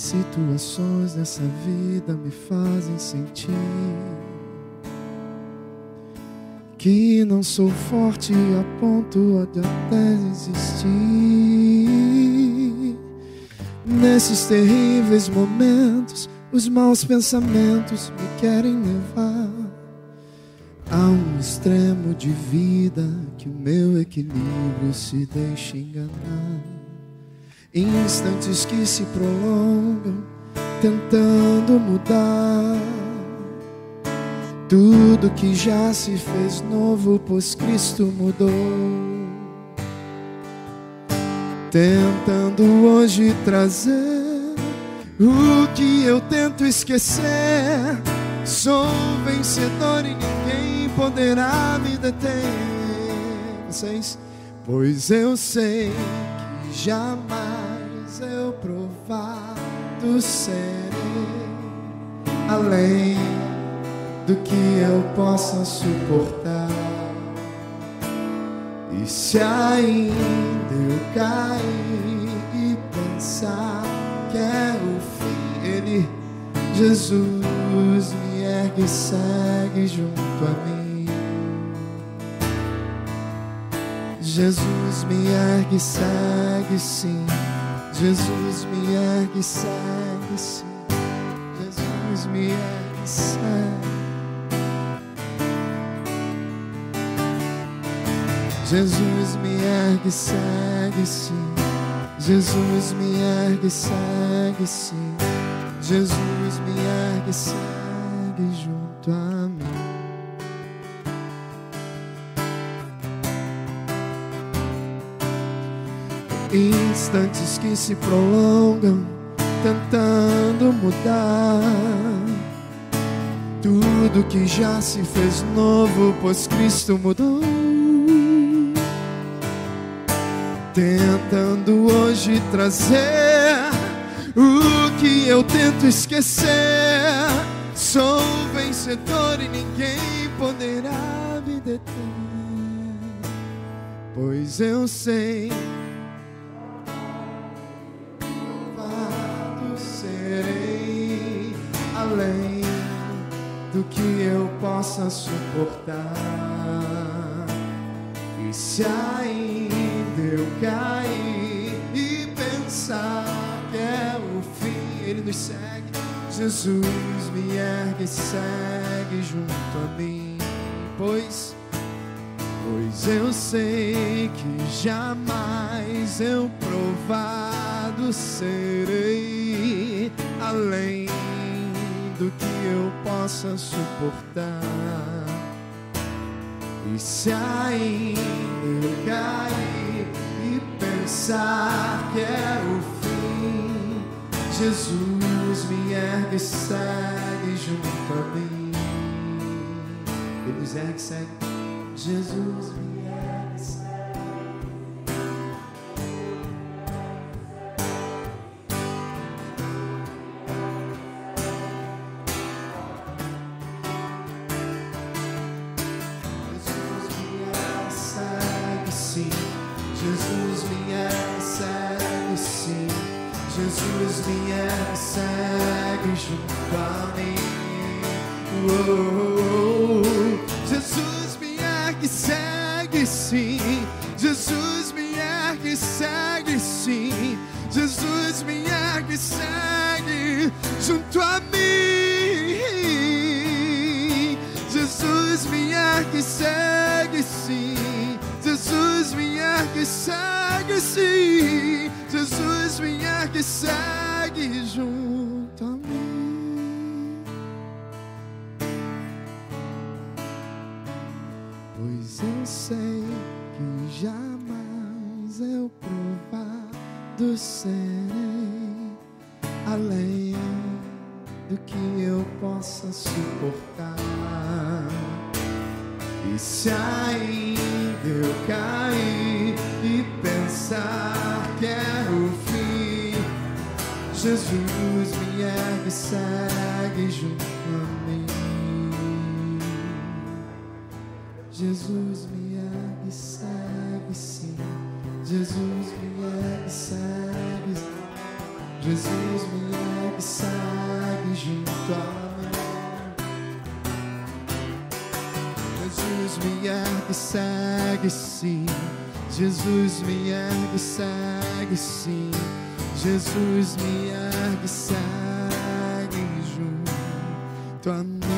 situações nessa vida me fazem sentir que não sou forte a ponto de até desistir. Nesses terríveis momentos, os maus pensamentos me querem levar a um extremo de vida que o meu equilíbrio se deixa enganar. Instantes que se prolongam, tentando mudar tudo que já se fez novo, pois Cristo mudou. Tentando hoje trazer o que eu tento esquecer. Sou vencedor e ninguém poderá me deter. Pois eu sei que jamais eu provado serei além do que eu possa suportar. E se ainda eu cair e pensar que é o fim, Ele, Jesus, me ergue e segue junto a mim. Jesus me ergue e segue sim. Jesus me ergue e segue sim. Jesus me ergue e segue. Jesus me ergue e segue sim. Jesus me ergue e segue sim. Jesus me ergue e segue junto a mim. Instantes que se prolongam, tentando mudar tudo que já se fez novo, pois Cristo mudou. Tentando hoje trazer o que eu tento esquecer. Sou vencedor e ninguém poderá me deter. Pois eu sei, louvado serei além do que eu possa suportar. E se ainda eu cair e pensar que é o fim, Ele nos segue. Jesus me ergue e segue junto a mim. Pois eu sei que jamais eu provado serei além do que eu possa suportar. E se ainda eu cair e pensar que é o fim, Jesus me ergue e segue junto a mim. Ele nos ergue e segue. Jesus me ergue e segue. Jesus me ergue e segue sim. Jesus me ergue e segue junto a mim. Jesus me ergue e segue sim. Jesus me ergue e segue sim. Jesus me ergue e segue junto a mim. Jesus me ergue e segue sim. Jesus me ergue e segue sim. Jesus me ergue e segue junto a mim. Pois eu sei que jamais eu provado serei além do que eu possa suportar. E se ainda eu cair e pensar que é o fim, Jesus me ergue e segue junto a mim. Jesus me ergue e segue sim. Jesus me ergue e segue. Jesus me ergue, segue junto a mim. Jesus me ergue, segue sim. Jesus me ergue, segue sim. Jesus me ergue, segue junto a mim.